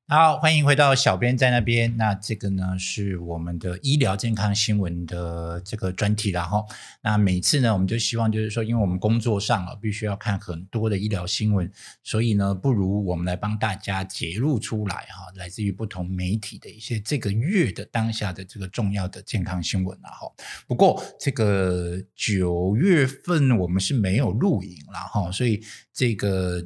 好，欢迎回到小编在那边。那这个呢是我们的医疗健康新闻的这个专题啦齁。那每次呢我们就希望就是说，因为我们工作上必须要看很多的医疗新闻，所以呢不如我们来帮大家揭露出来来自于不同媒体的一些这个月的当下的这个重要的健康新闻啦齁。不过这个9月份我们是没有录影啦齁，所以这个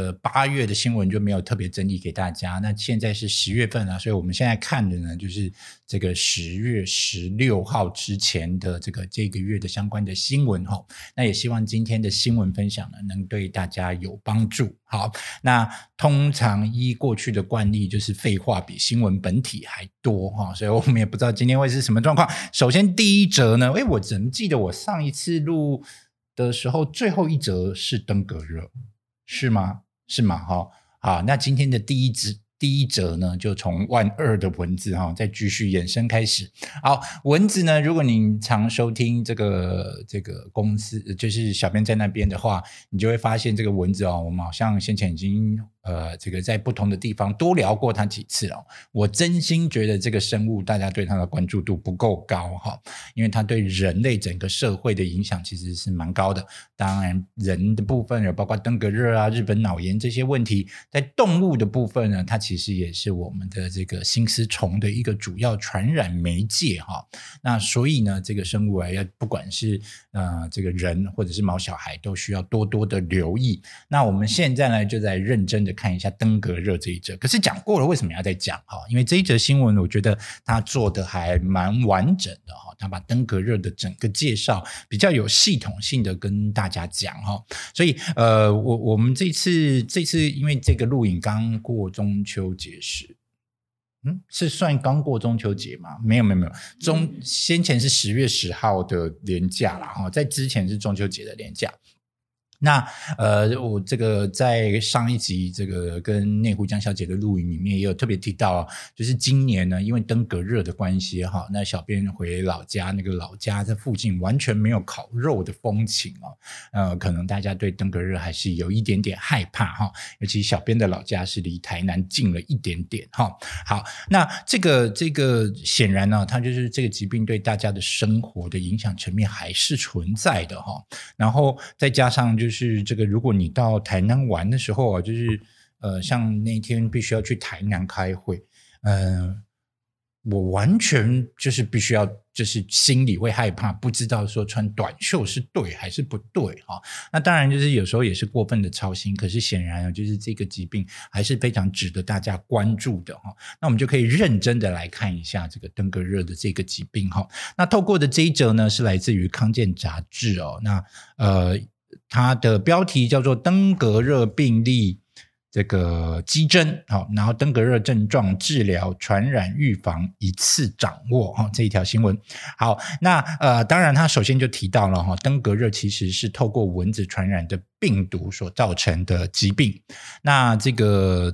8月的新闻就没有特别整理给大家。那现在是10月份啦，所以我们现在看的呢就是这个10月16号之前的这个月的相关的新闻齁。那也希望今天的新闻分享呢能对大家有帮助。好，那通常依过去的惯例就是废话比新闻本体还多齁，所以我们也不知道今天会是什么状况。首先第一则呢，我怎么记得我上一次录的时候最后一则是登革热，是吗？是吗？好，那今天的第一则呢就从12000的蚊子再继续延伸开始。好，蚊子呢，如果你常收听这个公司就是小编在那边的话，你就会发现这个蚊子我们好像先前已经这个在不同的地方多聊过它几次我真心觉得这个生物大家对它的关注度不够高因为它对人类整个社会的影响其实是蛮高的。当然人的部分有包括登革热日本脑炎这些问题，在动物的部分呢，它其实也是我们的这个心丝虫的一个主要传染媒介那所以呢，这个生物要不管是这个人或者是毛小孩都需要多多的留意。那我们现在呢就在认真的看一下登革热这一则，可是讲过了为什么要再讲因为这一则新闻我觉得它做的还蛮完整的它把登革热的整个介绍比较有系统性的跟大家讲所以我们这次因为这个录影刚过中秋节是算刚过中秋节吗？没有先前是10月10号的连假啦在之前是中秋节的连假。那我这个在上一集这个跟内湖江小姐的录影里面也有特别提到就是今年呢因为登革热的关系那小编回老家，那个老家在附近完全没有烤肉的风情可能大家对登革热还是有一点点害怕尤其小编的老家是离台南近了一点点好，那这个显然呢它就是这个疾病对大家的生活的影响层面还是存在的然后再加上就是这个如果你到台南玩的时候就是像那天必须要去台南开会我完全就是必须要就是心里会害怕，不知道说穿短袖是对还是不对那当然就是有时候也是过分的操心，可是显然就是这个疾病还是非常值得大家关注的那我们就可以认真的来看一下这个登革热的这个疾病那透过的这一则呢是来自于康健杂志那它的标题叫做登革热病例这个激增然后登革热症状治疗传染预防一次掌握这一条新闻。好，那当然他首先就提到了登革热其实是透过蚊子传染的病毒所造成的疾病。那这个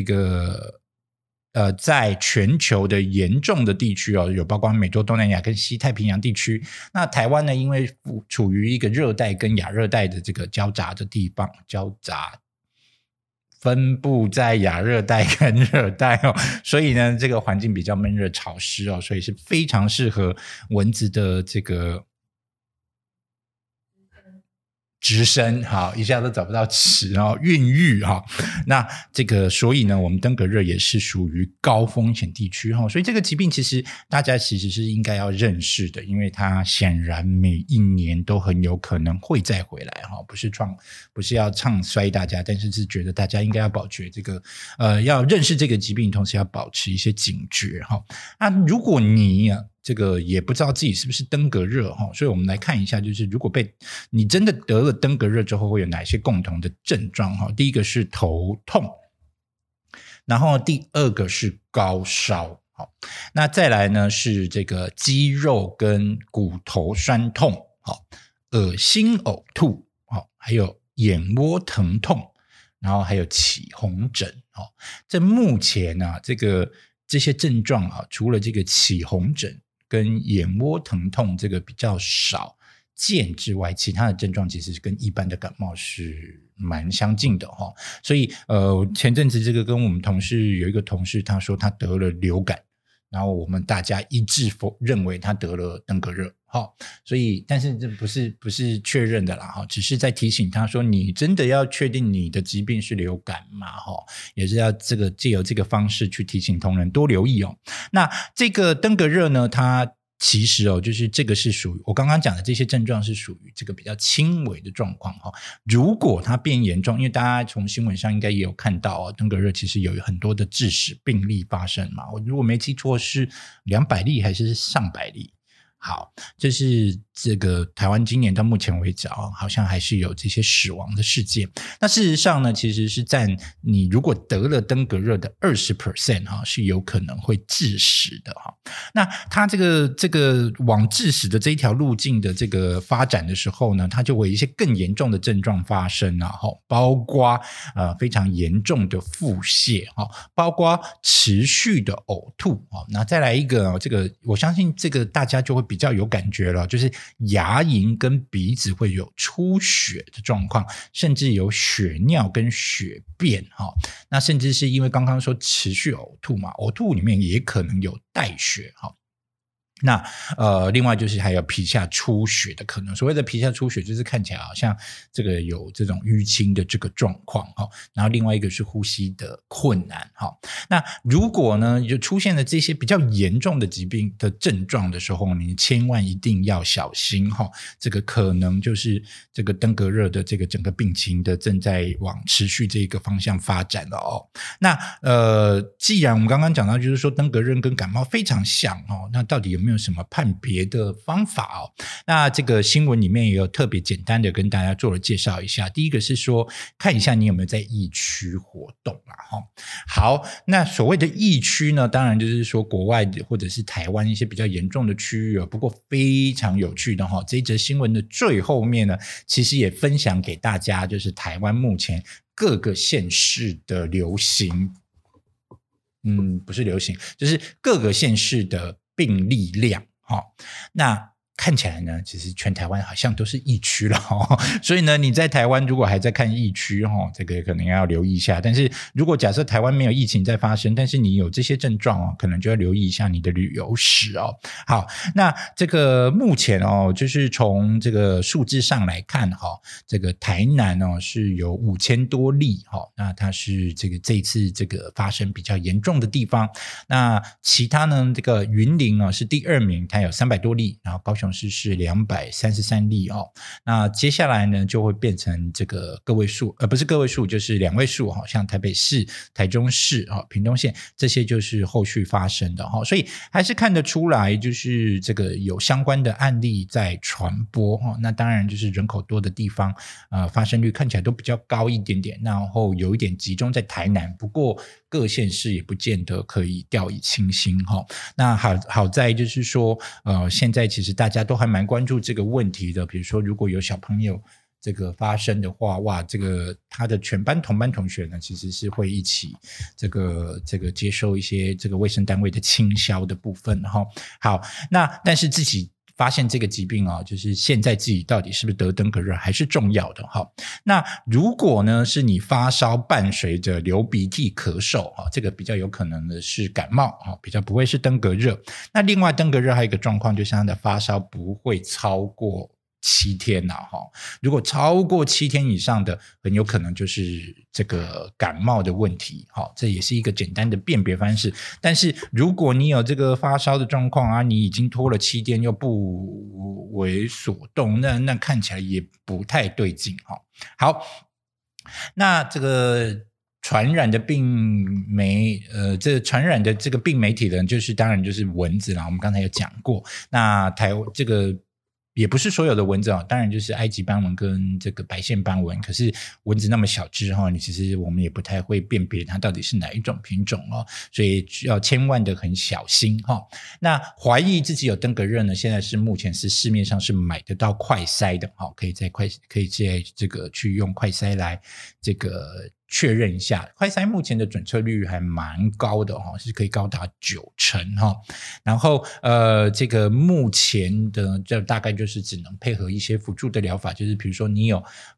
在全球的严重的地区有包括美洲东南亚跟西太平洋地区。那台湾呢因为处于一个热带跟亚热带的这个交杂的地方，分布在亚热带跟热带所以呢这个环境比较闷热潮湿所以是非常适合蚊子的这个直升一下都找不到词孕育那这个所以呢我们登革热也是属于高风险地区所以这个疾病其实大家其实是应该要认识的，因为它显然每一年都很有可能会再回来不是要唱衰大家，但是是觉得大家应该要保持这个要认识这个疾病，同时要保持一些警觉那如果你这个也不知道自己是不是登革热所以我们来看一下，就是如果你真的得了登革热之后会有哪些共同的症状第一个是头痛，然后第二个是高烧那再来呢是这个肌肉跟骨头酸痛恶心呕吐还有眼窝疼痛，然后还有起红疹在目前这些症状除了这个起红疹跟眼窝疼痛这个比较少， 见之外，其他的症状其实跟一般的感冒是蛮相近的哈。所以前阵子这个跟我们同事有一个同事，他说他得了流感，然后我们大家一致认为他得了登革热。所以但是这不是确认的啦，只是在提醒他说你真的要确定你的疾病是流感嘛，也是要借由这个方式去提醒同仁多留意哦。那这个登革热呢，它其实就是这个是属于我刚刚讲的这些症状是属于这个比较轻微的状况。如果它变严重，因为大家从新闻上应该也有看到登革热其实有很多的致死病例发生嘛，我如果没记错是200例还是上百例。好，这是这个台湾今年到目前为止好像还是有这些死亡的事件。那事实上呢，其实是占你如果得了登革热的 20% 是有可能会致死的。那它这个往致死的这一条路径的这个发展的时候呢，它就会有一些更严重的症状发生包括非常严重的腹泻，包括持续的呕吐。那再来一个这个我相信这个大家就会比较有感觉了，就是牙龈跟鼻子会有出血的状况，甚至有血尿跟血便。那甚至是因为刚刚说持续呕吐嘛，呕吐里面也可能有带血。那另外就是还有皮下出血的可能，所谓的皮下出血就是看起来好像这个有这种淤青的这个状况。然后另外一个是呼吸的困难。那如果呢就出现了这些比较严重的疾病的症状的时候，你千万一定要小心。这个可能就是这个登革热的这个整个病情的正在往持续这个方向发展了那既然我们刚刚讲到就是说登革热跟感冒非常像那到底有没有什么判别的方法那这个新闻里面也有特别简单的跟大家做了介绍一下。第一个是说看一下你有没有在疫区活动好，那所谓的疫区呢，当然就是说国外或者是台湾一些比较严重的区域不过非常有趣的这一则新闻的最后面呢，其实也分享给大家，就是台湾目前各个县市的流行不是流行，就是各个县市的病例量。那看起来呢，其实全台湾好像都是疫区了所以呢，你在台湾如果还在看疫区这个可能要留意一下。但是如果假设台湾没有疫情在发生，但是你有这些症状可能就要留意一下你的旅游史好，那这个目前就是从这个数字上来看这个台南是有5000多例那它是这一次这个发生比较严重的地方。那其他呢，这个云林是第2名，它有300多例，然后高雄市是233例那接下来呢就会变成这个个位数不是个位数就是2位数像台北市、台中市屏东县这些就是后续发生的所以还是看得出来就是这个有相关的案例在传播那当然就是人口多的地方发生率看起来都比较高一点点，然后有一点集中在台南，不过各县市也不见得可以掉以轻心那好在就是说现在其实大家都还蛮关注这个问题的。比如说如果有小朋友这个发生的话，哇，这个他的全班同班同学呢其实是会一起这个接受一些这个卫生单位的清消的部分好，那但是自己发现这个疾病就是现在自己到底是不是得登革热还是重要的那如果呢是你发烧伴随着流鼻涕咳嗽这个比较有可能的是感冒比较不会是登革热。那另外登革热还有一个状况，就是它的发烧不会超过7天如果超过7天以上的，很有可能就是这个感冒的问题这也是一个简单的辨别方式。但是如果你有这个发烧的状况你已经拖了7天又不为所动，那看起来也不太对劲好，那这个传染的这传染的这个病媒体呢，就是当然就是蚊子啦，我们刚才有讲过。那这个也不是所有的蚊子当然就是埃及斑蚊跟这个白线斑蚊，可是蚊子那么小只你其实我们也不太会辨别它到底是哪一种品种所以要千万的很小心那怀疑自己有登革热呢，现在是目前是市面上是买得到快筛的可以在这个去用快筛来这个确认一下，快筛目前的准测率还蛮高的是可以高达90%然后这个目前的这大概就是只能配合一些辅助的疗法，就是比如说你有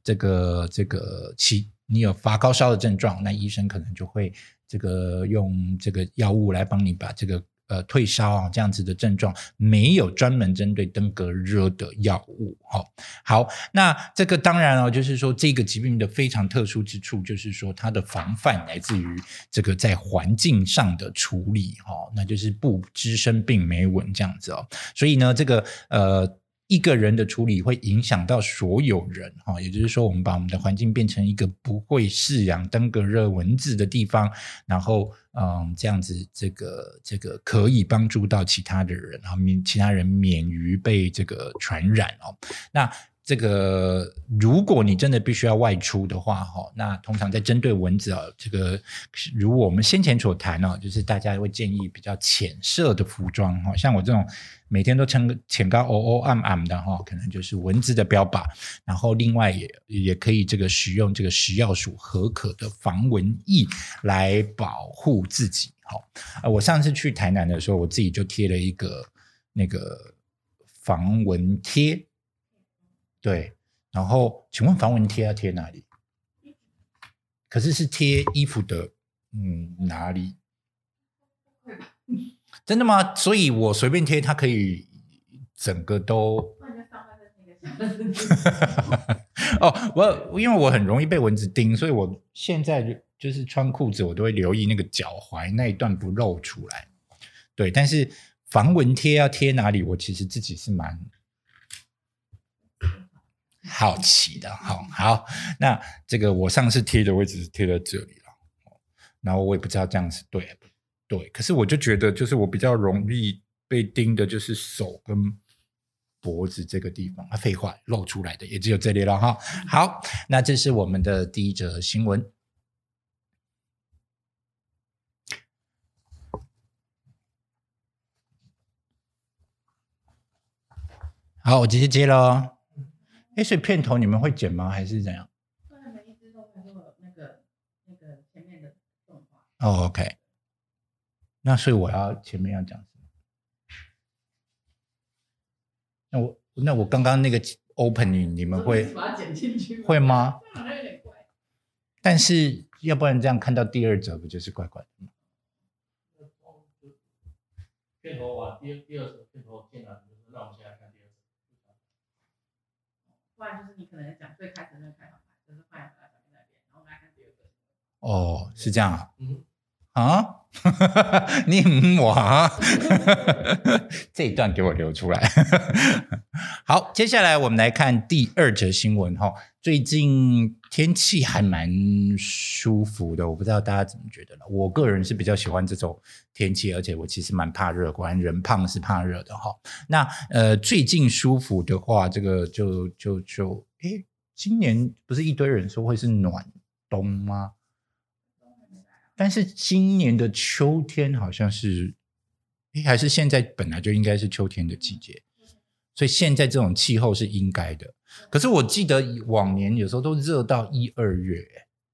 你有发高烧的症状，那医生可能就会用这个药物来帮你把这个退烧这样子的症状，没有专门针对登革热的药物好，那这个当然就是说这个疾病的非常特殊之处，就是说它的防范来自于这个在环境上的处理那就是不滋生病媒蚊这样子所以呢这个一个人的处理会影响到所有人也就是说我们把我们的环境变成一个不会饲养登革热蚊子的地方，然后这样子这个可以帮助到其他的人，然后其他人免于被这个传染那这个如果你真的必须要外出的话那通常在针对蚊子这个如我们先前所谈就是大家会建议比较浅色的服装像我这种每天都浅高暗暗的可能就是蚊子的标靶，然后另外也可以这个使用这个食药署核可的防蚊液来保护自己我上次去台南的时候，我自己就贴了一个那个防蚊贴，对，然后请问防蚊贴要贴哪里？可是贴衣服的哪里？真的吗？所以我随便贴它可以整个都因为我很容易被蚊子叮，所以我现在就是穿裤子我都会留意那个脚踝那一段不露出来。对，但是防蚊贴要贴哪里，我其实自己是蛮好奇的好，那这个我上次贴的位置是贴在这里了，然后我也不知道这样是对，可是我就觉得就是我比较容易被叮的就是手跟脖子这个地方废话，露出来的也只有这里了好，那这是我们的第一则新闻。好，我直接接咯所以片头你们会剪吗？还是怎样？ 每一支都会有那个前面的动画。 OK。那所以我要前面要讲什么？那我刚刚那个 opening 你们会把它剪进去会吗？ 好像有点怪。 但是要不然这样看到第二则不就是怪怪的吗？ 片头把第二则片头进来，就是让我们现在看第二则。 不然就是你可能讲最开始那个开场白，就是放在小编那边，然后我们来看第二个。 是这样你我这一段给我留出来好，接下来我们来看第二则新闻最近天气还蛮舒服的，我不知道大家怎么觉得了。我个人是比较喜欢这种天气，而且我其实蛮怕热，果然人胖是怕热的那最近舒服的话，这个就今年不是一堆人说会是暖冬吗？但是今年的秋天好像是还是现在本来就应该是秋天的季节，所以现在这种气候是应该的。可是我记得往年有时候都热到1、2月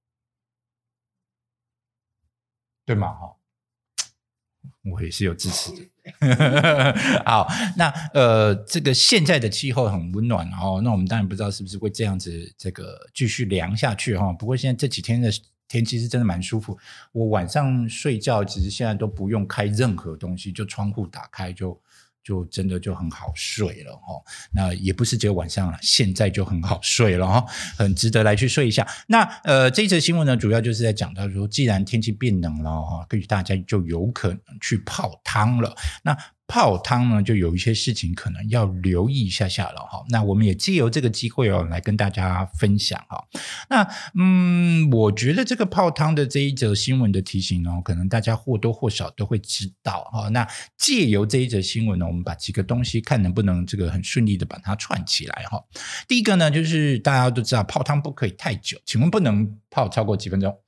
对吗？我也是有支持的好，那这个现在的气候很温暖那我们当然不知道是不是会这样子这个继续凉下去不过现在这几天的天气是真的蛮舒服，我晚上睡觉其实现在都不用开任何东西，就窗户打开就真的就很好睡了那也不是只有晚上了，现在就很好睡了很值得来去睡一下。那这一则新闻呢，主要就是在讲到说，既然天气变冷了大家就有可能去泡汤了。那泡汤呢，就有一些事情可能要留意一下了那我们也藉由这个机会来跟大家分享那我觉得这个泡汤的这一则新闻的提醒可能大家或多或少都会知道那藉由这一则新闻呢，我们把几个东西看能不能这个很顺利的把它串起来第一个呢，就是大家都知道泡汤不可以太久，请问不能泡超过几分钟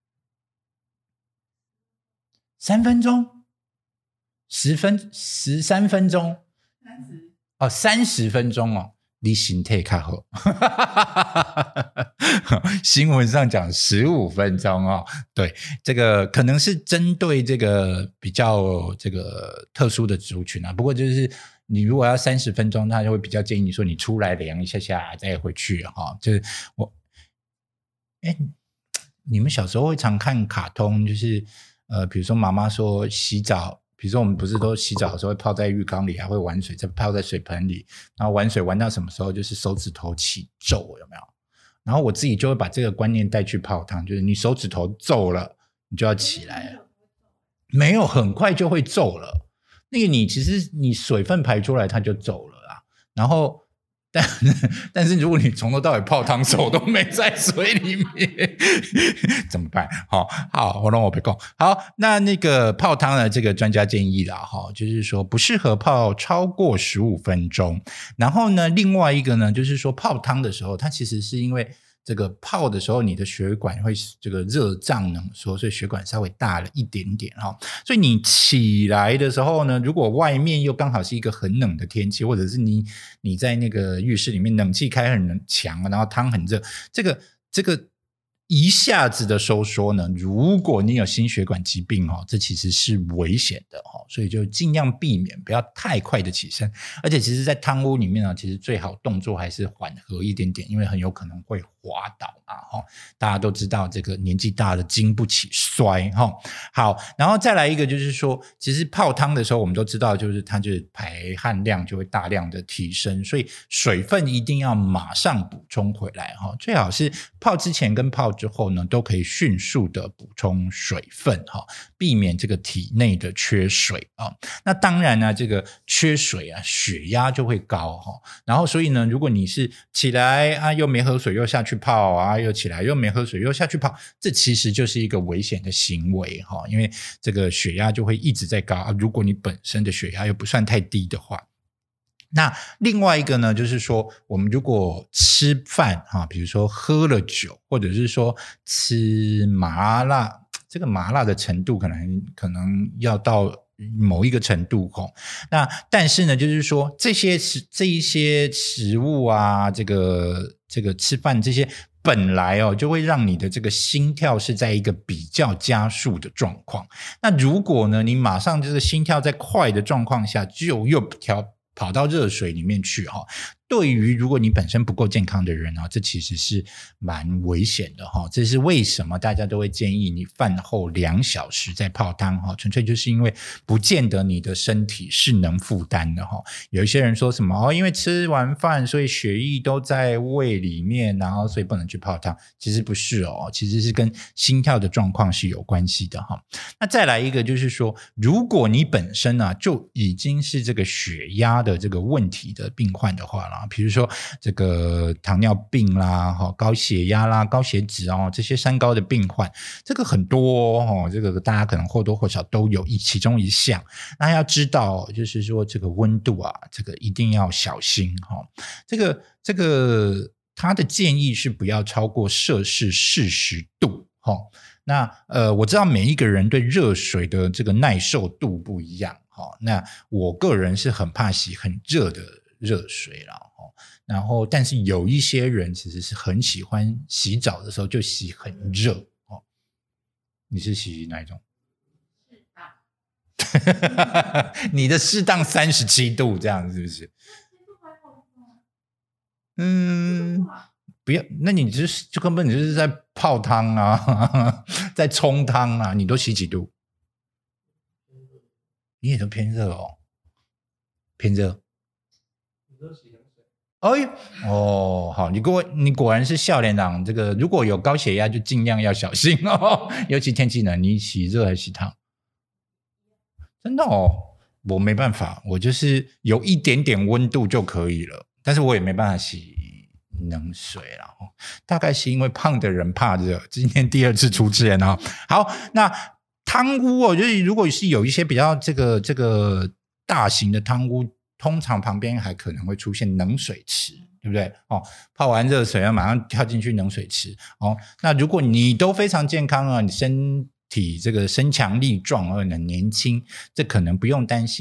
？3分钟13分钟30分钟你心态较好新闻上讲15分钟哦，对，这个可能是针对这个比较这个特殊的族群啊，不过就是你如果要30分钟，他就会比较建议你说你出来量一下下再回去哈，就是你们小时候会常看卡通，就是比如说妈妈说洗澡，比如说我们不是都洗澡的时候会泡在浴缸里，还会玩水，再泡在水盆里，然后玩水玩到什么时候就是手指头起皱，有没有？然后我自己就会把这个观念带去泡汤，就是你手指头皱了，你就要起来了，没有很快就会皱了。那个其实你水分排出来它就皱了啦，然后但是如果你从头到尾泡汤手都没在水里面怎么办？好，我让我别讲。好，那个泡汤的这个专家建议啦，就是说不适合泡超过15分钟。然后呢，另外一个呢，就是说泡汤的时候，它其实是因为这个泡的时候你的血管会这个热胀冷缩，所以血管稍微大了一点点所以你起来的时候呢，如果外面又刚好是一个很冷的天气，或者是你在那个浴室里面冷气开很强，然后汤很热，这个一下子的收缩呢，如果你有心血管疾病这其实是危险的所以就尽量避免不要太快的起身。而且其实在汤屋里面其实最好动作还是缓和一点点，因为很有可能会滑倒大家都知道这个年纪大的经不起摔好，然后再来一个就是说，其实泡汤的时候我们都知道，就是它就是排汗量就会大量的提升，所以水分一定要马上补充回来最好是泡之前跟泡之后呢，都可以迅速的补充水分避免这个体内的缺水那当然呢，这个缺水血压就会高然后所以呢，如果你是起来又没喝水又下去泡又起来又没喝水又下去泡，这其实就是一个危险的行为因为这个血压就会一直在高如果你本身的血压又不算太低的话。那另外一个呢，就是说我们如果吃饭比如说喝了酒，或者是说吃麻辣，这个麻辣的程度可能要到某一个程度那但是呢，就是说这一些食物这个吃饭这些本来就会让你的这个心跳是在一个比较加速的状况。那如果呢，你马上就是心跳在快的状况下，就又跑到热水里面去对于如果你本身不够健康的人这其实是蛮危险的这是为什么大家都会建议你饭后2小时再泡汤纯粹就是因为不见得你的身体是能负担的有一些人说什么因为吃完饭所以血液都在胃里面，然后所以不能去泡汤，其实不是其实是跟心跳的状况是有关系的那再来一个就是说，如果你本身就已经是这个血压的这个问题的病患的话比如说这个糖尿病啦高血压啦高血脂这些三高的病患，这个很多这个大家可能或多或少都有其中一项。那要知道就是说这个温度这个一定要小心这个他的建议是不要超过摄氏40度那我知道每一个人对热水的这个耐受度不一样那我个人是很怕洗很热的热水啦然后但是有一些人其实是很喜欢洗澡的时候就洗很热你是洗哪一种？你的适当37度这样是不是？不要，那你就根本就是在泡汤在冲汤你都洗几度？你也都偏热偏热。好，你果然是少年郎，这个如果有高血压就尽量要小心尤其天气冷，你洗热还是洗烫？真的我没办法，我就是有一点点温度就可以了，但是我也没办法洗冷水啦大概是因为胖的人怕热，今天第2次出现好，那汤屋就是如果是有一些比较这个大型的汤屋，通常旁边还可能会出现冷水池，对不对泡完热水马上跳进去冷水池那如果你都非常健康你身体这个身强力壮很年轻，这可能不用担心。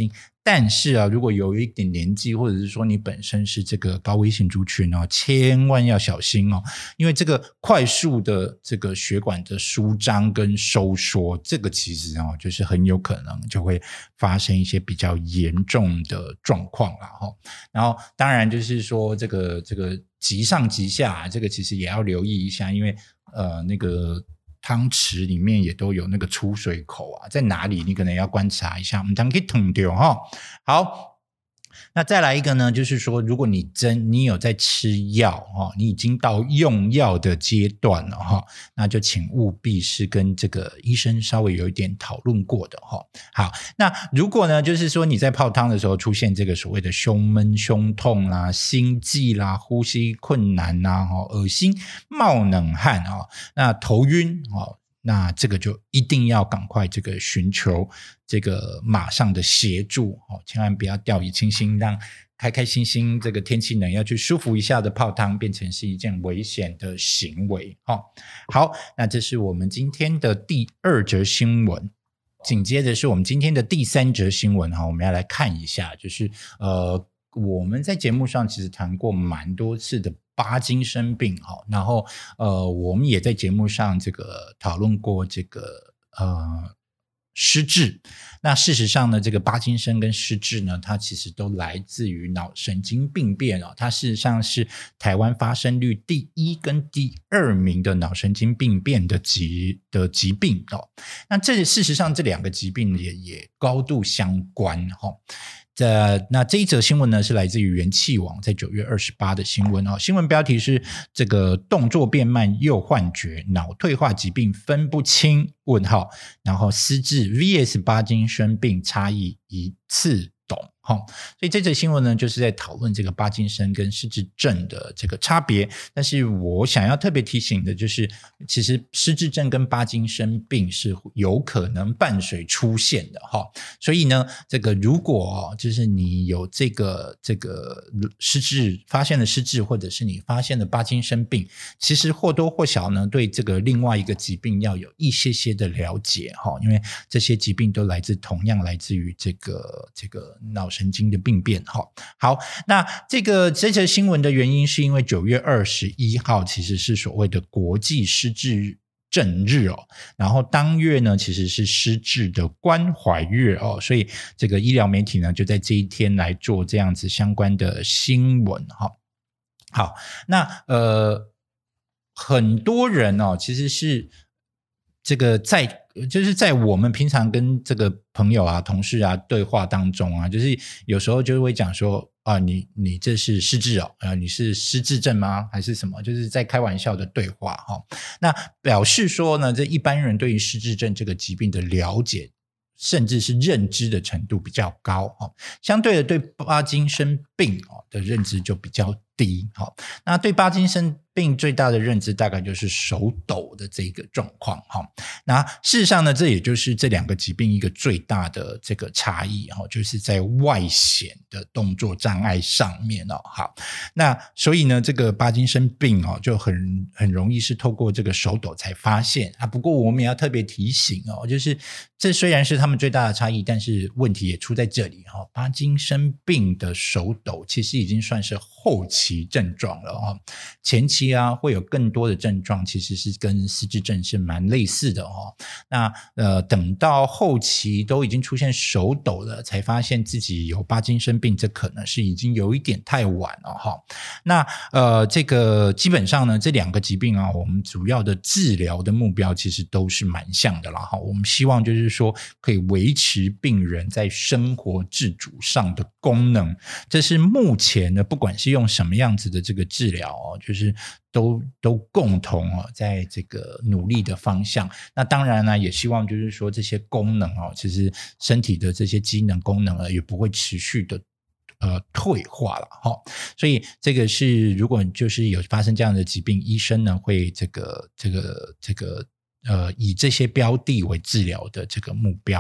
但是啊，如果有一点年纪，或者是说你本身是这个高危险族群哦，千万要小心哦，因为这个快速的这个血管的舒张跟收缩，这个其实哦，就是很有可能就会发生一些比较严重的状况啦齁。然后当然就是说这个急上急下，这个其实也要留意一下，因为那个汤匙里面也都有那个出水口啊，在哪里你可能要观察一下，我们当可以捅掉哈。好，那再来一个呢，就是说如果你有在吃药你已经到用药的阶段了那就请务必是跟这个医生稍微有一点讨论过的好，那如果呢就是说你在泡汤的时候出现这个所谓的胸闷胸痛啦、心悸啦、呼吸困难啦、恶心冒冷汗那头晕那这个就一定要赶快这个寻求这个马上的协助千万不要掉以轻心，让开开心心这个天气冷要去舒服一下的泡汤变成是一件危险的行为好，那这是我们今天的第2则新闻。紧接着是我们今天的第3则新闻我们要来看一下，就是我们在节目上其实谈过蛮多次的巴金森病然后我们也在节目上这个讨论过这个失智。那事实上呢，这个巴金森跟失智呢，它其实都来自于脑神经病变它事实上是台湾发生率第1跟第2名的脑神经病变的疾病那事实上这2个疾病也高度相关那这一则新闻呢是来自于元气网在9月28的新闻新闻标题是这个动作变慢又幻觉，脑退化疾病分不清然后失智 vs 巴金森病差异一次懂所以这则新闻呢就是在讨论这个巴金森跟失智症的这个差别。但是我想要特别提醒的就是其实失智症跟巴金森病是有可能伴随出现的所以呢这个如果就是你有这个失智发现了失智，或者是你发现了巴金森病，其实或多或少呢对这个另外一个疾病要有一些的了解因为这些疾病都同样来自于这个脑神经的病变好，那这则新闻的原因是因为9月21号其实是所谓的国际失智症日然后当月呢其实是失智的关怀月所以这个医疗媒体呢就在这一天来做这样子相关的新闻好，那很多人其实是这个在我们平常跟这个朋友啊、同事啊对话当中啊，就是有时候就会讲说你这是失智你是失智症吗？还是什么？就是在开玩笑的对话那表示说呢，这一般人对于失智症这个疾病的了解甚至是认知的程度比较高相对的对巴金森病的认知就比较低那对巴金森病最大的认知大概就是手抖的这个状况那事实上呢，这也就是这2个疾病一个最大的这个差异就是在外显的动作障碍上面好，那所以呢这个巴金森病就很容易是透过这个手抖才发现不过我们也要特别提醒就是这虽然是他们最大的差异，但是问题也出在这里巴金森病的手抖其实已经算是后期症状了前期会有更多的症状其实是跟失智症是蛮类似的那等到后期都已经出现手抖了才发现自己有巴金森病，这可能是已经有一点太晚了那这个基本上呢这2个疾病我们主要的治疗的目标其实都是蛮像的啦我们希望就是说可以维持病人在生活自主上的功能，这是目前呢不管是用什么样子的这个治疗就是都共同在这个努力的方向。那当然呢也希望就是说这些功能其实身体的这些机能功能也不会持续的退化了所以这个是如果就是有发生这样的疾病，医生呢会这个以这些标的为治疗的这个目标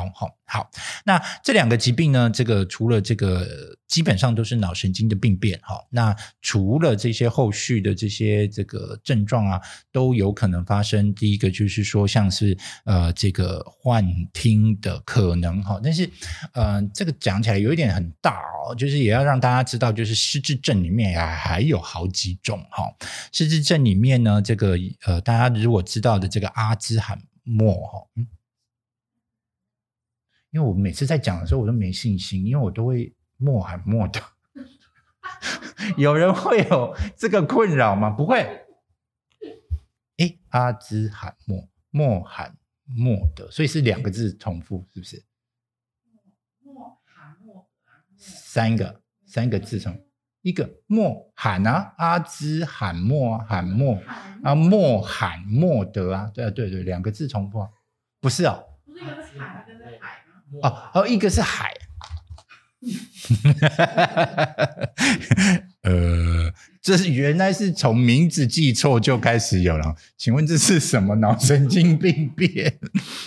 好，那这两个疾病呢，这个除了这个基本上都是脑神经的病变，那除了这些后续的这些这个症状啊，都有可能发生。第一个就是说像是这个幻听的可能，但是这个讲起来有一点很大就是也要让大家知道，就是失智症里面还有好几种失智症里面呢，这个大家如果知道的这个阿兹海默因为我每次在讲的时候我都没信心，因为我都会默喊默的有人会有这个困扰吗？不会。阿兹海默，默喊默的，所以是2个字重复，是不是？ 默喊默三个字重复，一个默喊啊，阿兹喊默喊默啊，默喊默的啊，对2个字重复啊，不是哦， 不是一个是喊，一个是海吗？ 一个是海这原来是从名字记错就开始有了，请问这是什么脑神经病变？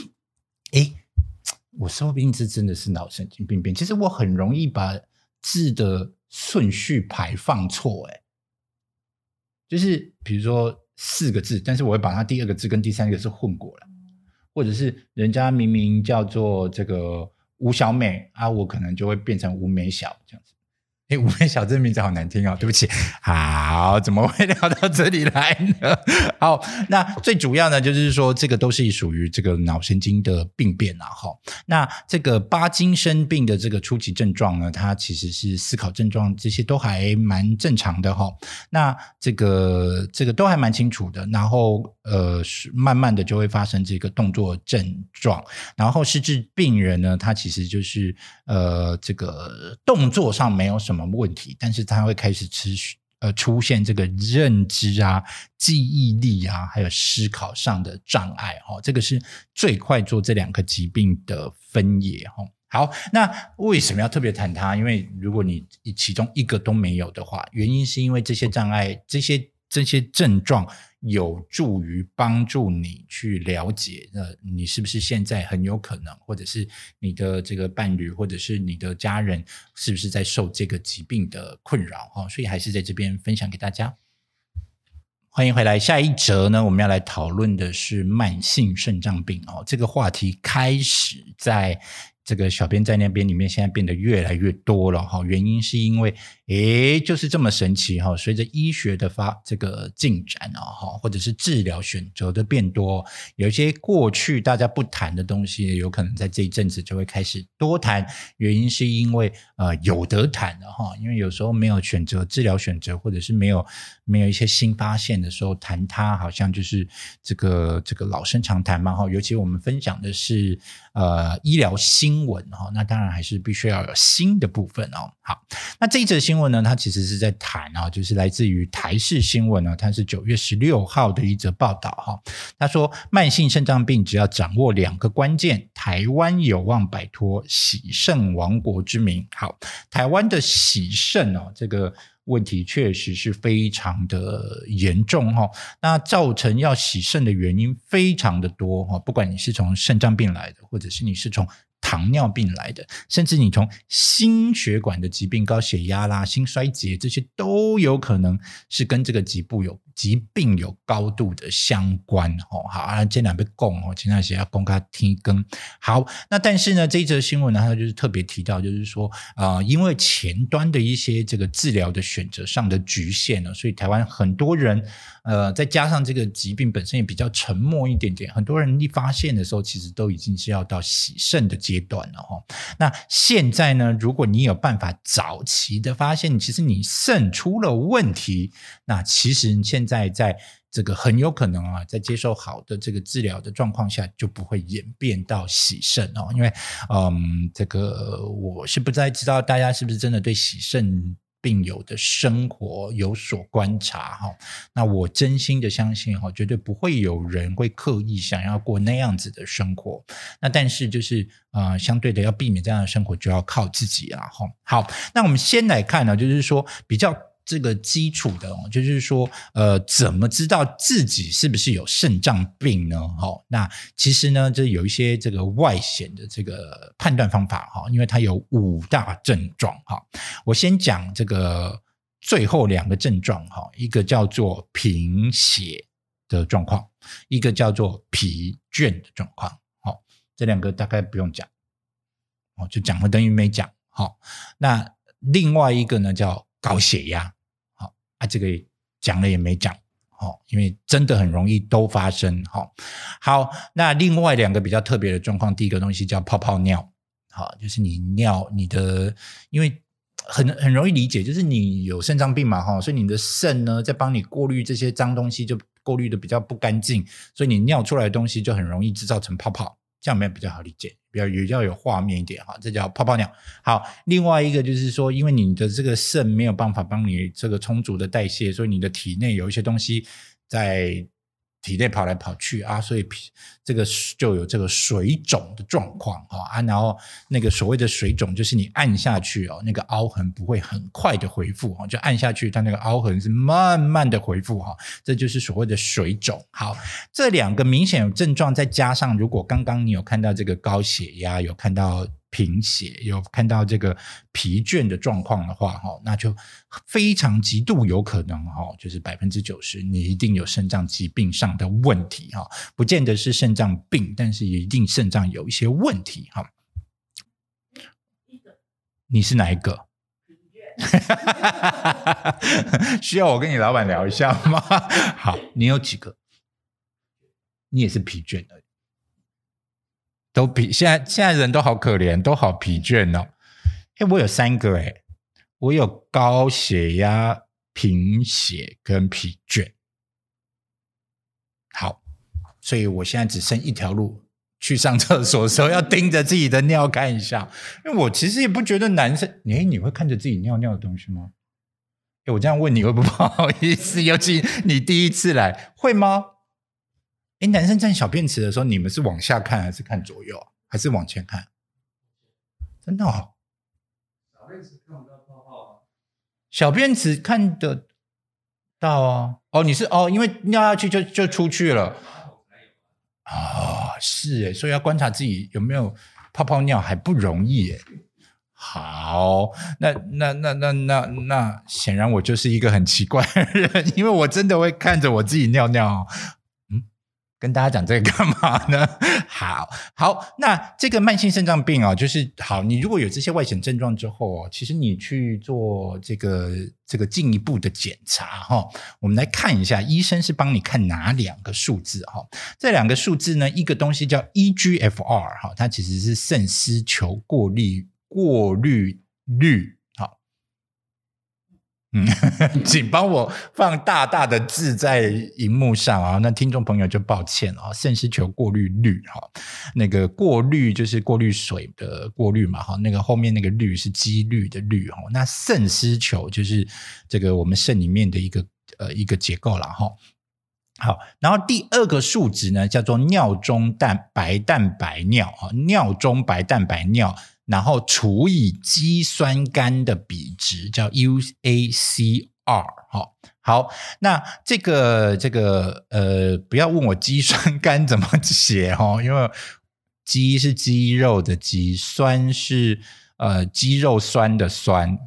我说不定这真的是脑神经病变。其实我很容易把字的顺序排放错，就是比如说4个字，但是我会把它第2个字跟第3个字混过来，或者是人家明明叫做这个吴小美啊，我可能就会变成吴美小这样子。吴美小这名字好难听对不起。好，怎么会聊到这里来呢？好，那最主要呢就是说这个都是属于这个脑神经的病变那这个巴金森病的这个初级症状呢，它其实是思考症状，这些都还蛮正常的那这个都还蛮清楚的，然后慢慢的就会发生这个动作症状，然后失智病人呢，他其实就是这个动作上没有什么问题，但是他会开始出现这个认知啊、记忆力啊，还有思考上的障碍这个是最快做这2个疾病的分野好，那为什么要特别谈它？因为如果你其中一个都没有的话，原因是因为这些障碍、这些症状有助于帮助你去了解你是不是现在很有可能，或者是你的这个伴侣或者是你的家人是不是在受这个疾病的困扰所以还是在这边分享给大家。欢迎回来，下一则呢，我们要来讨论的是慢性肾脏病这个话题开始在这个小编在那边里面现在变得越来越多了原因是因为就是这么神奇随着医学的这个进展或者是治疗选择的变多，有一些过去大家不谈的东西有可能在这一阵子就会开始多谈，原因是因为有得谈的因为有时候没有选择治疗选择，或者是没有一些新发现的时候，谈它好像就是这个老生常谈嘛尤其我们分享的是医疗新闻那当然还是必须要有新的部分好，那这一则新闻呢，它其实是在谈就是来自于台视新闻它是9月16号的一则报道他说慢性肾脏病只要掌握2个关键，台湾有望摆脱洗肾王国之名。好，台湾的洗肾这个问题确实是非常的严重那造成要洗肾的原因非常的多不管你是从肾脏病来的，或者是你是从糖尿病来的，甚至你从心血管的疾病，高血压啦、心衰竭，这些都有可能是跟这个疾病有高度的相关好这两被讲现在是要讲他听更好。那但是呢，这一则新闻呢，它就是特别提到，就是说因为前端的一些这个治疗的选择上的局限所以台湾很多人再加上这个疾病本身也比较沉默一点点，很多人一发现的时候其实都已经是要到洗肾的阶段了那现在呢，如果你有办法早期的发现其实你肾出了问题，那其实现在在这个很有可能在接受好的这个治疗的状况下就不会演变到洗肾因为这个我是不太知道大家是不是真的对洗肾病友的生活有所观察那我真心的相信绝对不会有人会刻意想要过那样子的生活，那但是就是相对的要避免这样的生活就要靠自己好，那我们先来看呢，就是说比较这个基础的就是说怎么知道自己是不是有肾脏病呢？那其实呢这有一些这个外显的这个判断方法因为它有5大症状我先讲这个最后2个症状一个叫做贫血的状况，一个叫做疲倦的状况这2个大概不用讲就讲了等于没讲那另外一个呢叫高血压这个讲了也没讲因为真的很容易都发生好，那另外2个比较特别的状况，第一个东西叫泡泡尿就是你的因为很容易理解，就是你有肾脏病嘛所以你的肾呢在帮你过滤这些脏东西，就过滤的比较不干净，所以你尿出来的东西就很容易制造成泡泡，这样没有比较好理解，比较有画面一点这叫泡泡尿。好，另外一个就是说因为你的这个肾没有办法帮你这个充足的代谢，所以你的体内有一些东西在体内跑来跑去所以这个就有这个水肿的状况然后那个所谓的水肿就是你按下去那个凹痕不会很快的恢复就按下去它那个凹痕是慢慢的恢复这就是所谓的水肿。好，这2个明显有症状，再加上如果刚刚你有看到这个高血压，有看到贫血，有看到这个疲倦的状况的话那就非常极度有可能就是 90% 你一定有肾脏疾病上的问题不见得是肾脏病，但是也一定肾脏有一些问题你是哪一个？需要我跟你老板聊一下吗？好，你有几个？你也是疲倦的，现在人都好可怜，都好疲倦我有3个我有高血压、贫血跟疲倦。好，所以我现在只剩一条路，去上厕所的时候要盯着自己的尿看一下，因为我其实也不觉得男生你会看着自己尿尿的东西吗？我这样问你会不好意思，尤其你第一次来，会吗？男生站小便池的时候，你们是往下看还是看左右还是往前看？真的小便池看不到泡泡小便池看得到你是因为尿下去就出去了是所以要观察自己有没有泡泡尿还不容易好，那显然我就是一个很奇怪的人，因为我真的会看着我自己尿尿跟大家讲这个干嘛呢？好，那这个慢性肾脏病就是好，你如果有这些外显症状之后其实你去做这个进一步的检查我们来看一下，医生是帮你看哪2个数字这2个数字呢，一个东西叫 eGFR 它其实是肾丝球过滤率请帮我放大大的字在荧幕上那听众朋友就抱歉肾丝球过滤率那个过滤就是过滤水的过滤嘛那个后面那个率是几率的率那肾丝球就是这个我们肾里面的一个结构啦好，然后第2个数值呢叫做尿中白蛋白尿尿中白蛋白尿然后除以肌酸酐的比值叫 UACR 好，那这个不要问我肌酸酐怎么写因为肌是肌肉的肌，酸是肌肉酸的酸，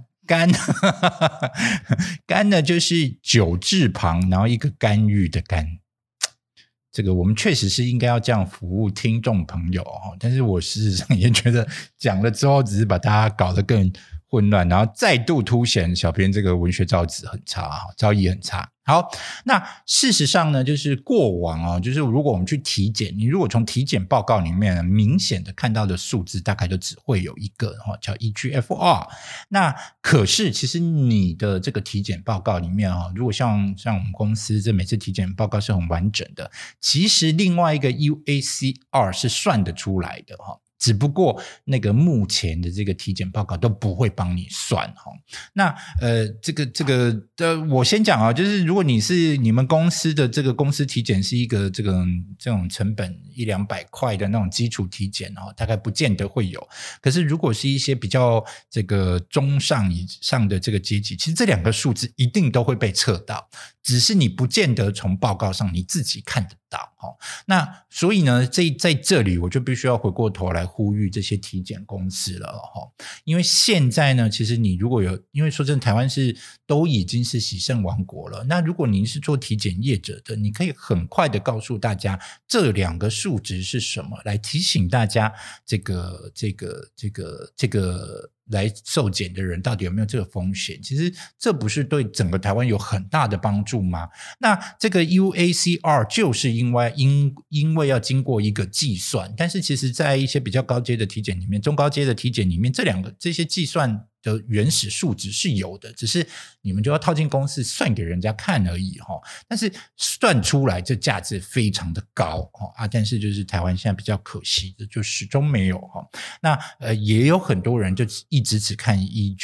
肝呢就是9字旁然后一个干预的干，这个我们确实是应该要这样服务听众朋友但是我事实上也觉得讲了之后只是把大家搞得更混乱，然后再度凸显小编这个文学造诣很差，造诣很差。好，那事实上呢，就是过往就是如果我们去体检，你如果从体检报告里面明显的看到的数字大概就只会有一个叫 eGFR。 那可是其实你的这个体检报告里面如果像我们公司这每次体检报告是很完整的，其实另外一个 UACR 是算得出来的只不过那个目前的这个体检报告都不会帮你算那我先讲就是如果你们公司的这个公司体检是一个这种成本100-200块的那种基础体检大概不见得会有。可是如果是一些比较这个中上以上的这个阶级，其实这两个数字一定都会被测到，只是你不见得从报告上你自己看得到那所以呢在这里我就必须要回过头来呼吁这些体检公司了因为现在呢其实你如果因为说真的台湾都已经是洗肾王国了，那如果您是做体检业者的，你可以很快的告诉大家这两个数值是什么，来提醒大家这个来受检的人到底有没有这个风险。其实这不是对整个台湾有很大的帮助吗？那这个 UACR 就是因为要经过一个计算，但是其实在一些比较高阶的体检里面，中高阶的体检里面，这些计算的原始数值是有的，只是你们就要套进公式算给人家看而已但是算出来这价值非常的高但是就是台湾现在比较可惜的就始终没有那也有很多人就一直只看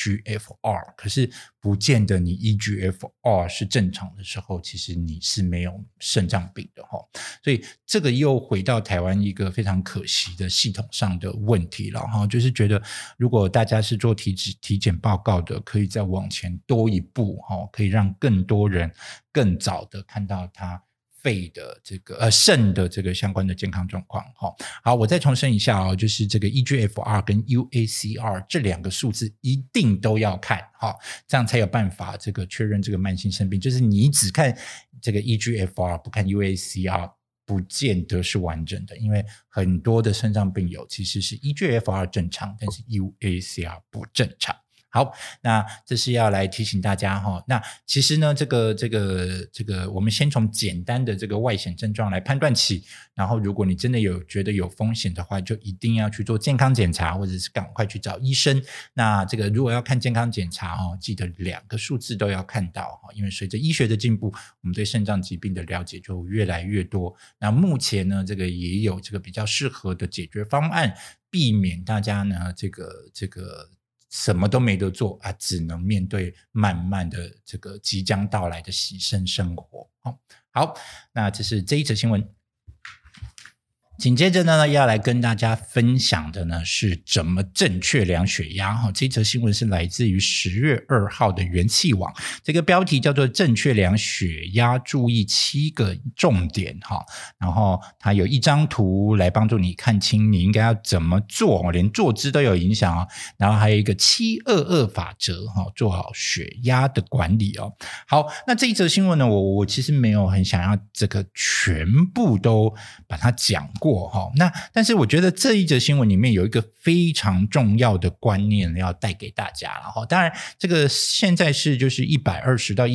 eGFR， 可是不见得你 eGFR 是正常的时候，其实你是没有肾脏病的所以这个又回到台湾一个非常可惜的系统上的问题了就是觉得如果大家是做体检报告的，可以再往前多一步可以让更多人更早的看到他肺的肾的这个相关的健康状况好，我再重申一下就是这个 eGFR 跟 UACR 这两个数字一定都要看这样才有办法这个确认这个慢性肾病。就是你只看这个 eGFR 不看 UACR不见得是完整的，因为很多的肾脏病友其实是 eGFR 正常，但是 UACR 不正常。好，那这是要来提醒大家那其实呢这个我们先从简单的这个外显症状来判断起，然后如果你真的觉得有风险的话，就一定要去做健康检查，或者是赶快去找医生。那这个如果要看健康检查记得两个数字都要看到因为随着医学的进步，我们对肾脏疾病的了解就越来越多。那目前呢这个也有这个比较适合的解决方案，避免大家呢这个什么都没得做只能面对慢慢的这个即将到来的洗肾生活好，那这是这一则新闻。紧接着呢要来跟大家分享的呢是怎么正确量血压这则新闻是来自于10月2号的元气网，这个标题叫做正确量血压注意7个重点然后它有一张图来帮助你看清你应该要怎么做连坐姿都有影响然后还有一个722法则做好血压的管理好，那这一则新闻呢我其实没有很想要这个全部都把它讲过那但是我觉得这一则新闻里面有一个非常重要的观念要带给大家当然这个现在是就是120到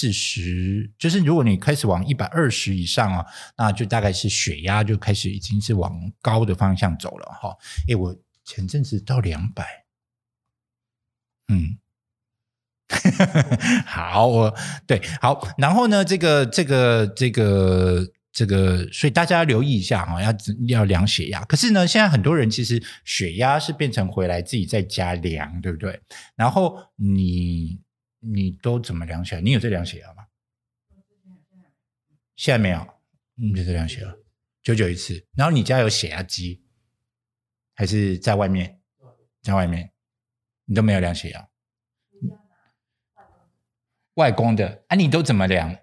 140，就是如果你开始往120以上那就大概是血压就开始已经是往高的方向走了我前阵子到200好对好，然后呢所以大家要留意一下要量血压。可是呢现在很多人其实血压是变成回来自己在家量，对不对？然后你都怎么量血压？你有在量血压吗？现在没有，你就在量血压，99一次。然后你家有血压机还是在外面？在外面你都没有量血压？外公的你都怎么量？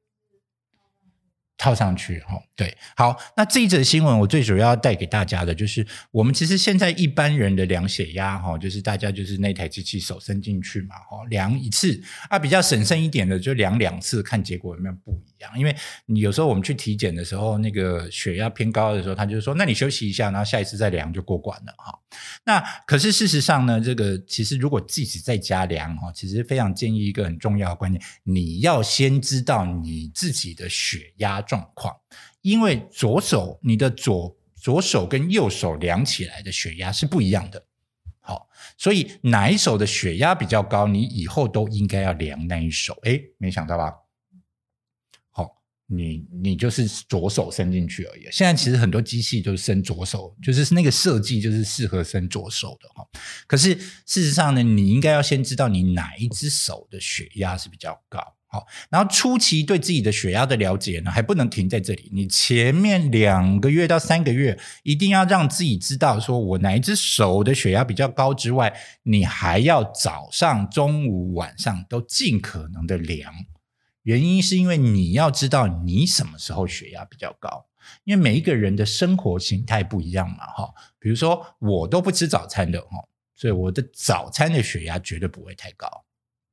套上去对，好，那这一则新闻我最主要带给大家的就是我们其实现在一般人的量血压就是大家就是那台机器手伸进去嘛量一次比较审慎一点的就量2次看结果有没有不一样。因为你有时候我们去体检的时候那个血压偏高的时候他就说那你休息一下然后下一次再量就过关了那可是事实上呢这个其实如果自己在家量其实非常建议一个很重要的观念，你要先知道你自己的血压状况，因为你的左手跟右手量起来的血压是不一样的所以哪一手的血压比较高你以后都应该要量那一手没想到吧你就是左手伸进去而已。现在其实很多机器都是伸左手，就是那个设计就是适合伸左手的。可是事实上呢，你应该要先知道你哪一只手的血压是比较高。然后初期对自己的血压的了解呢，还不能停在这里，你前面2个月到3个月一定要让自己知道说我哪一只手的血压比较高之外，你还要早上、中午、晚上都尽可能的量。原因是因为你要知道你什么时候血压比较高，因为每一个人的生活形态不一样嘛。比如说我都不吃早餐的，所以我的早餐的血压绝对不会太高。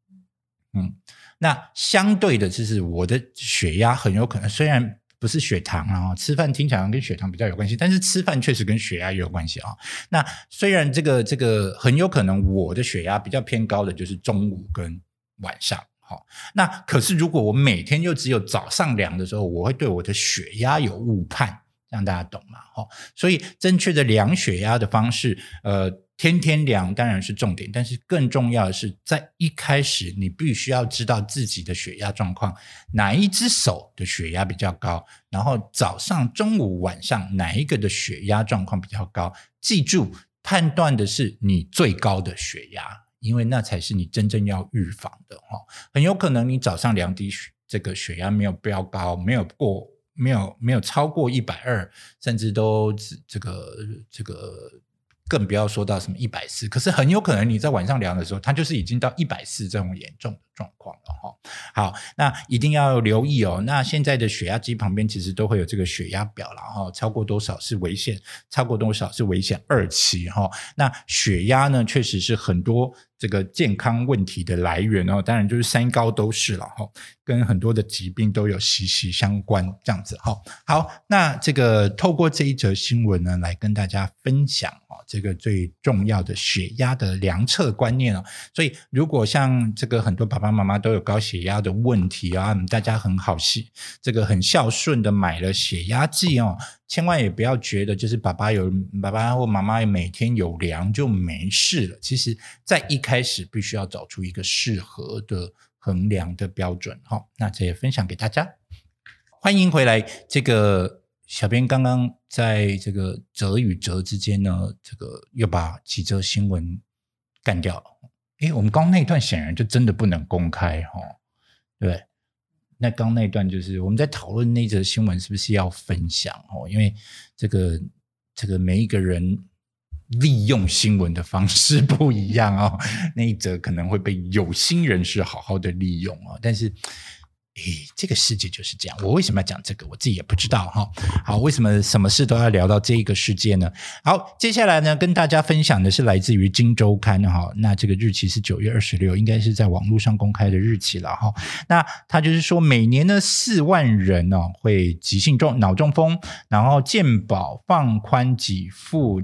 那相对的就是我的血压很有可能，虽然不是血糖啊，吃饭听起来跟血糖比较有关系，但是吃饭确实跟血压也有关系啊。那虽然这个很有可能我的血压比较偏高的就是中午跟晚上，那可是如果我每天就只有早上量的时候，我会对我的血压有误判，让大家懂嘛。所以正确的量血压的方式天天量当然是重点，但是更重要的是在一开始你必须要知道自己的血压状况，哪一只手的血压比较高，然后早上、中午、晚上哪一个的血压状况比较高。记住，判断的是你最高的血压，因为那才是你真正要预防的。很有可能你早上量低这个血压没有飙高，没有超过120，甚至都这个更不要说到什么140，可是很有可能你在晚上量的时候它就是已经到140这种严重的状况了。好，那一定要留意哦。那现在的血压机旁边其实都会有这个血压表啦，超过多少是危险，超过多少是危险2期。那血压呢确实是很多这个健康问题的来源哦，当然就是三高都是了，跟很多的疾病都有息息相关这样子。好，那这个透过这一则新闻呢，来跟大家分享这个最重要的血压的量测观念哦。所以如果像这个很多爸爸妈妈都有高血压的问题啊，大家很很孝顺的买了血压计哦，千万也不要觉得就是爸爸或妈妈每天有量就没事了。其实在一开始必须要找出一个适合的衡量的标准。那这也分享给大家。欢迎回来，这个小编刚刚在这个则与则之间呢，这个又把几则新闻干掉了。我们刚刚那一段显然就真的不能公开，对不对？那刚刚那一段就是我们在讨论那则新闻是不是要分享，因为这个每一个人利用新闻的方式不一样那一则可能会被有心人士好好的利用但是这个世界就是这样。我为什么要讲这个我自己也不知道好，为什么什么事都要聊到这一个世界呢？好，接下来呢跟大家分享的是来自于今周刊那这个日期是9月26，应该是在网络上公开的日期了那他就是说每年的4万人会急性脑中风，然后健保放宽给付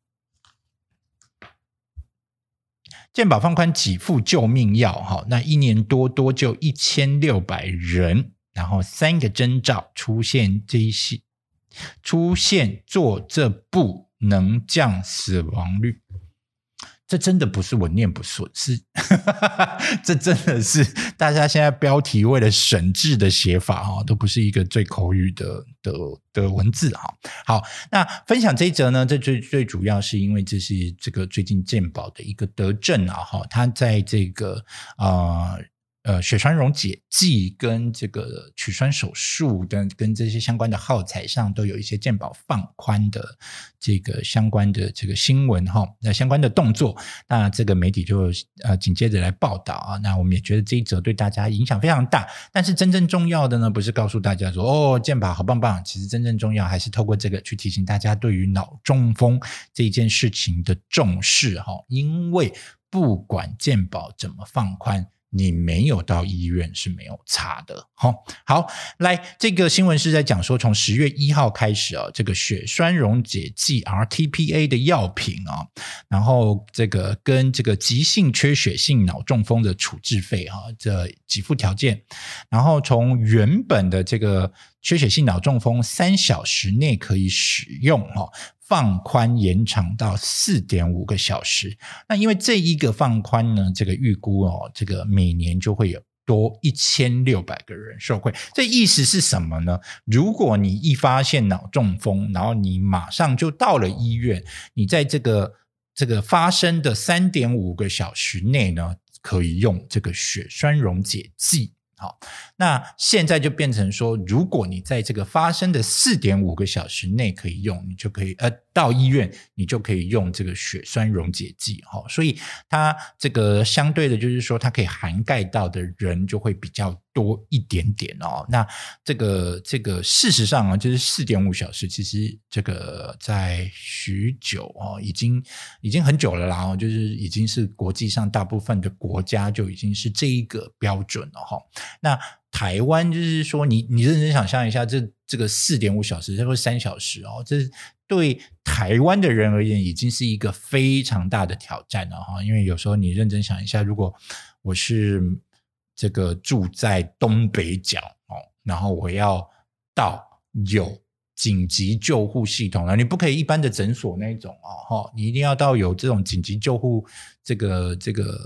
救命药那1年多救1600人，然后3个征兆出现做这步能降死亡率。这真的不是我念不顺，是这真的是大家现在标题为了省字的写法都不是一个最口语的文字好，那分享这一则呢，这最主要是因为这是这个最近健保的一个德政它在这个血栓溶解剂跟这个取栓手术跟这些相关的耗材上都有一些健保放宽的这个相关的这个新闻相关的动作。那这个媒体就紧接着来报道那我们也觉得这一则对大家影响非常大。但是真正重要的呢，不是告诉大家说健保好棒棒，其实真正重要还是透过这个去提醒大家对于脑中风这件事情的重视因为不管健保怎么放宽，你没有到医院是没有差的。好，来，这个新闻是在讲说从10月1号开始这个血栓溶解剂 RTPA 的药品然后这个跟这个急性缺血性脑中风的处置费这给付条件，然后从原本的这个缺血性脑中风3小时内可以使用放宽延长到 4.5 个小时。那因为这一个放宽呢，这个预估这个每年就会有多1600个人受惠。这意思是什么呢？如果你一发现脑中风，然后你马上就到了医院，你在这个发生的3.5个小时内呢，可以用这个血栓溶解剂。好，那现在就变成说，如果你在这个发生的4.5个小时内可以用，你就可以到医院你就可以用这个血栓溶解剂。所以它这个相对的就是说它可以涵盖到的人就会比较多一点点哦。那这个事实上啊，就是4.5小时其实这个在许久哦，已经很久了啦，就是已经是国际上大部分的国家就已经是这一个标准了哈。那台湾就是说你认真想象一下，这个4.5小时或者3小时哦，这对台湾的人而言已经是一个非常大的挑战了哈。因为有时候你认真想一下，如果我是这个住在东北角哦，然后我要到有紧急救护系统了，你不可以一般的诊所那种哦，你一定要到有这种紧急救护这个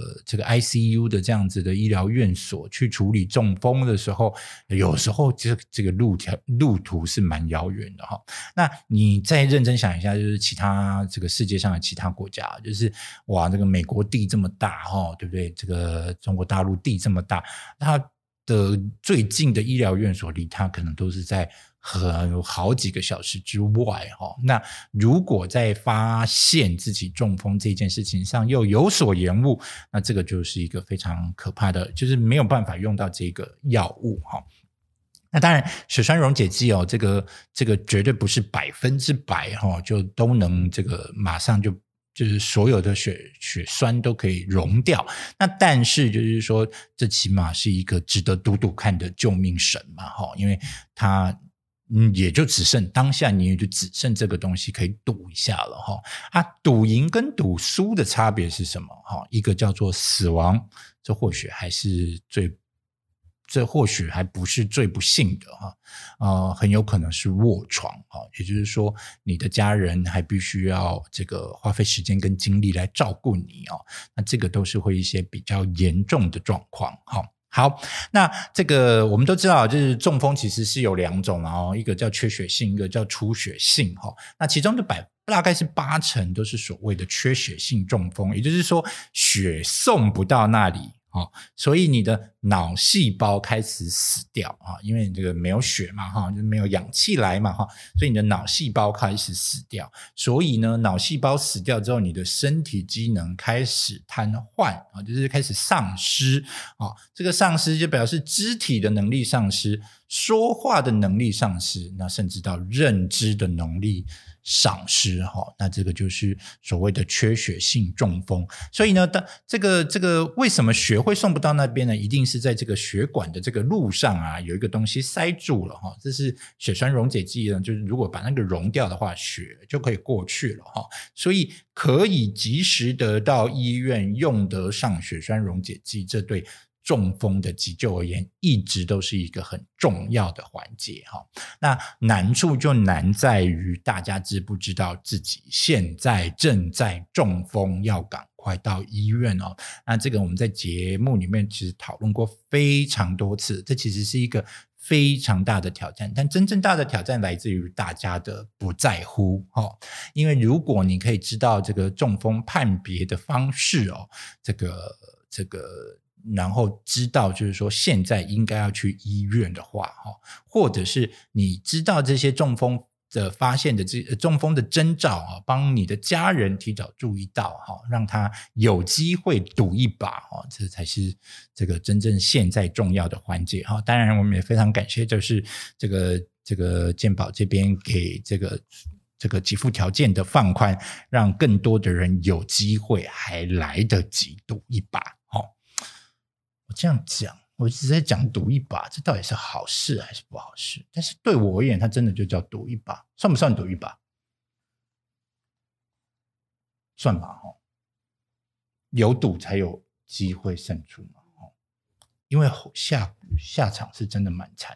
ICU 的这样子的医疗院所去处理中风的时候，有时候这个路途是蛮遥远的哈。那你再认真想一下，就是其他这个世界上的其他国家，就是哇，这个美国地这么大哈，对不对？这个中国大陆地这么大，它的最近的医疗院所离它可能都是在好几个小时之外哈。那如果在发现自己中风这件事情上又有所延误，那这个就是一个非常可怕的，就是没有办法用到这个药物哈。那当然血栓溶解剂哦，这个绝对不是100%就都能这个马上就是所有的血栓都可以溶掉。那但是就是说这起码是一个值得赌看的救命神嘛，因为它也就只剩当下你也就只剩这个东西可以赌一下了哈。赌赢跟赌输的差别是什么？一个叫做死亡，这或许还不是最不幸的哈，很有可能是卧床哈，也就是说你的家人还必须要这个花费时间跟精力来照顾你哦，那这个都是会一些比较严重的状况哈。好，那这个我们都知道，就是中风其实是有2种，然后一个叫缺血性，一个叫出血性哈。那其中的大概是80%都是所谓的缺血性中风，也就是说血送不到那里。所以你的脑细胞开始死掉因为这个没有血嘛就没有氧气来嘛所以你的脑细胞开始死掉。所以呢，脑细胞死掉之后，你的身体机能开始瘫痪就是开始丧失这个丧失就表示肢体的能力丧失，说话的能力丧失，那甚至到认知的能力丧失那这个就是所谓的缺血性中风。所以呢，这个为什么血会送不到那边呢？一定是在这个血管的这个路上有一个东西塞住了这是血栓溶解剂呢，就是如果把那个溶掉的话，血就可以过去了所以可以及时得到医院用得上血栓溶解剂，这对中风的急救而言一直都是一个很重要的环节那难处就难在于大家知不知道自己现在正在中风，要赶快到医院那这个我们在节目里面其实讨论过非常多次，这其实是一个非常大的挑战，但真正大的挑战来自于大家的不在乎因为如果你可以知道这个中风判别的方式这个然后知道就是说现在应该要去医院的话或者是你知道这些中风的发现的中风的征兆帮你的家人提早注意到让他有机会赌一把这才是这个真正现在重要的环节当然我们也非常感谢就是这个健保这边给这个给付条件的放宽，让更多的人有机会还来得及赌一把我这样讲，我一直在讲赌一把，这到底是好事还是不好事？但是对我而言，它真的就叫赌一把，算不算赌一把？算吧有赌才有机会胜出嘛因为下场是真的蛮惨。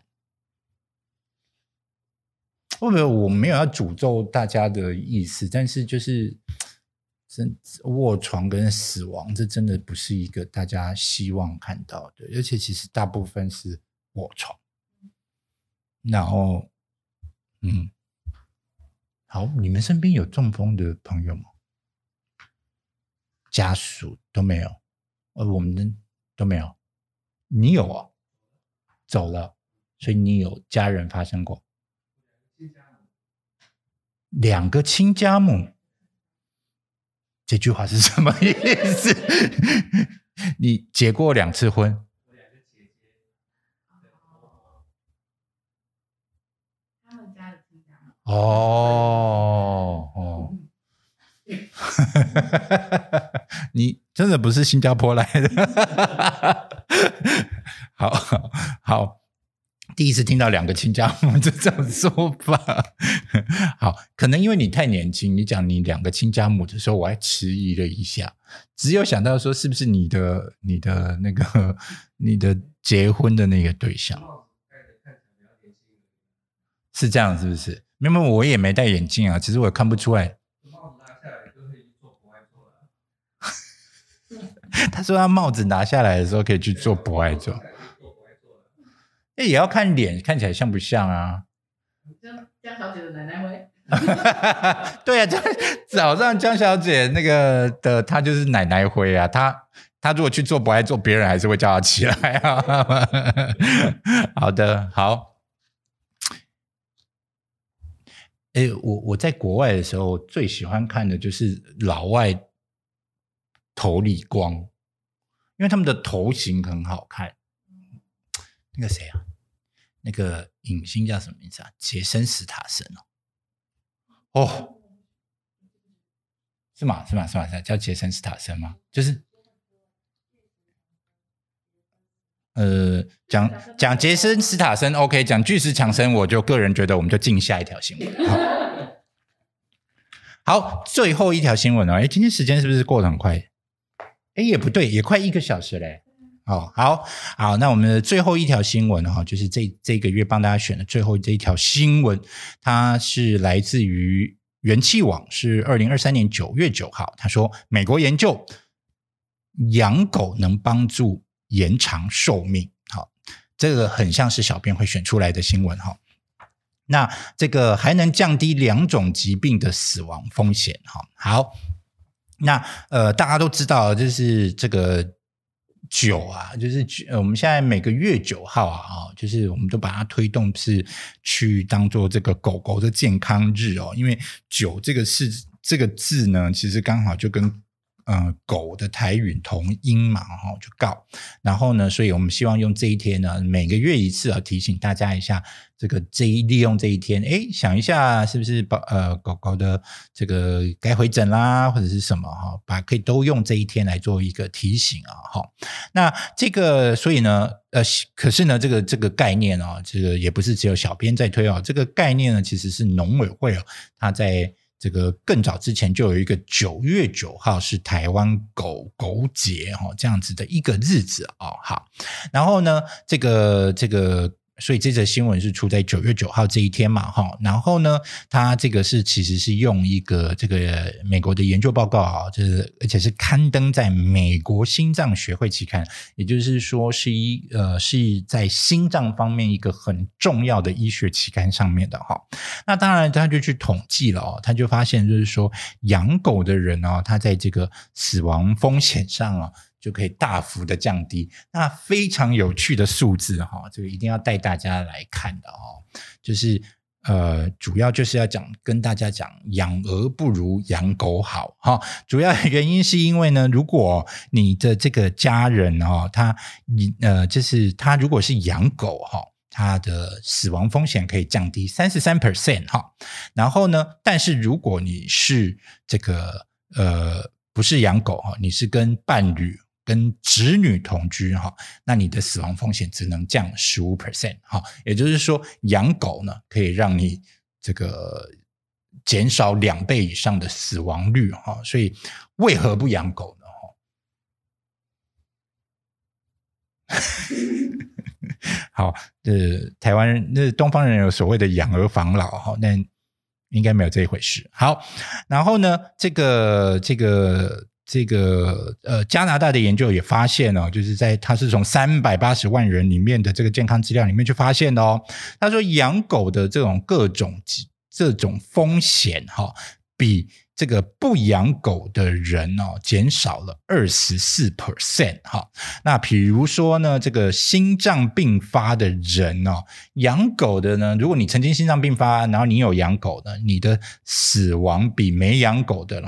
我没有要诅咒大家的意思，但是就是卧床跟死亡，这真的不是一个大家希望看到的，而且其实大部分是卧床。然后好，你们身边有中风的朋友吗？家属都没有？我们都没有。你有啊？走了，所以你有家人发生过？2个亲家母，这句话是什么意思？你结过2次婚？ 他们家的亲家母。 你真的不是新加坡来的？好，第一次听到2个亲家母这种说法。好，可能因为你太年轻，你讲你2个亲家母的时候，我还迟疑了一下，只有想到说是不是你的那个你的结婚的那个对象，是这样是不是？没有，我也没戴眼镜啊，其实我也看不出来。他说他帽子拿下来的时候可以去做博爱座。也要看脸看起来像不像啊。 江小姐的奶奶灰。 对啊，早上江小姐那个的她就是奶奶灰啊，她如果去做博爱座，别人还是会叫她起来啊。好的，好。我在国外的时候最喜欢看的就是老外头理光，因为他们的头型很好看。那个谁啊，那个影星叫什么名字啊？杰森·史塔森哦，是吗？叫杰森·史塔森吗？就是讲杰森·史塔森 OK， 讲巨石强森，我就个人觉得我们就进下一条新闻。好，最后一条新闻哦。今天时间是不是过得很快？也不对，也快1个小时嘞。好，那我们的最后一条新闻就是这个月帮大家选的最后这一条新闻，它是来自于元气网，是2023年9月9号。他说，美国研究养狗能帮助延长寿命。好，这个很像是小编会选出来的新闻哈。那这个还能降低2种疾病的死亡风险。好，那大家都知道，就是这个酒啊，就是我们现在每个月9号啊，就是我们都把它推动是去当做这个狗狗的健康日哦，因为酒这个字呢，其实刚好就跟狗的台语同音嘛，就告。然后呢，所以我们希望用这一天呢，每个月1次提醒大家一下，利用这一天，想一下是不是狗狗的这个该回诊啦，或者是什么可以都用这一天来做一个提醒啊。那这个所以呢，可是呢，这个概念这个也不是只有小编在推这个概念呢，其实是农委会它在这个更早之前就有一个9月9号是台湾狗节这样子的一个日子好，然后呢，这个所以这则新闻是出在9月9号这一天嘛然后呢，它这个其实是用一个这个美国的研究报告而且是刊登在美国心脏学会期刊，也就是说是在心脏方面一个很重要的医学期刊上面的那当然他就去统计了他就发现就是说养狗的人他在这个死亡风险上就可以大幅的降低。那非常有趣的数字这个一定要带大家来看的就是主要就是要跟大家讲养鹅不如养狗好主要原因是因为呢，如果你的这个家人就是他如果是养狗它的死亡风险可以降低 33% 然后呢，但是如果你是这个不是养狗你是跟伴侣跟子女同居那你的死亡风险只能降 15% 也就是说养狗呢可以让你这个减少2倍以上的死亡率所以为何不养狗呢好，台湾人东方人有所谓的养儿防老但应该没有这一回事。好，然后呢，加拿大的研究也发现哦，就是它是从380万人里面的这个健康资料里面去发现的哦。他说养狗的这种各种这种风险比这个不养狗的人减少了24%。那比如说呢，这个心脏病发的人养狗的呢，如果你曾经心脏病发，然后你有养狗的，你的死亡比没养狗的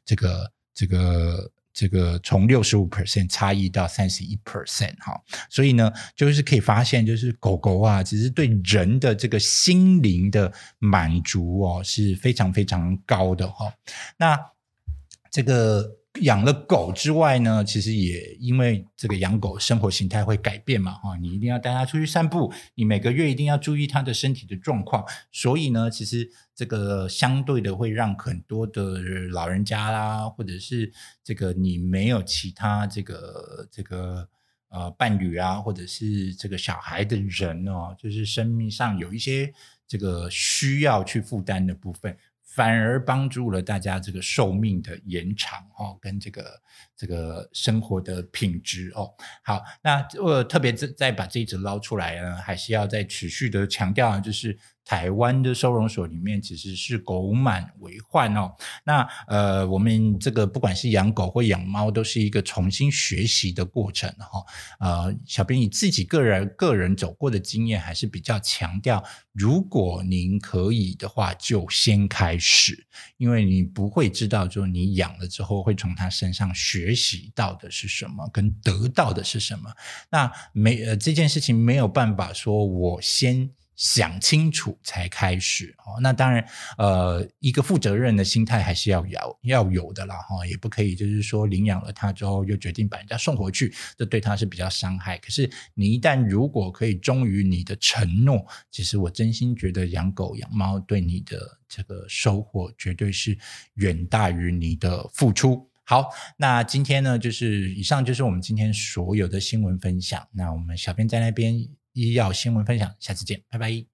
这个从 65% 差异到 31%。 所以呢就是可以发现，就是狗狗啊其实对人的这个心灵的满足是非常非常高的。那这个养了狗之外呢，其实也因为这个养狗生活形态会改变嘛，你一定要带它出去散步，你每个月一定要注意它的身体的状况，所以呢其实这个相对的会让很多的老人家啦，或者是这个你没有其他这个伴侣啊，或者是这个小孩的人就是生命上有一些这个需要去负担的部分，反而帮助了大家这个寿命的延长跟这个生活的品质好，那特别再把这一则捞出来呢，还是要再持续的强调，就是台湾的收容所里面其实是狗满为患那我们这个不管是养狗或养猫，都是一个重新学习的过程小编以自己个人走过的经验，还是比较强调，如果您可以的话，就先开始，因为你不会知道，就你养了之后会从他身上学习到的是什么，跟得到的是什么。那这件事情没有办法说我先想清楚才开始那当然一个负责任的心态还是要有的啦也不可以就是说领养了他之后又决定把人家送回去，这对他是比较伤害。可是你一旦如果可以忠于你的承诺，其实我真心觉得养狗养猫对你的这个收获绝对是远大于你的付出。好，那今天呢以上就是我们今天所有的新闻分享，那我们小编在那边医药新闻分享，下次见，拜拜。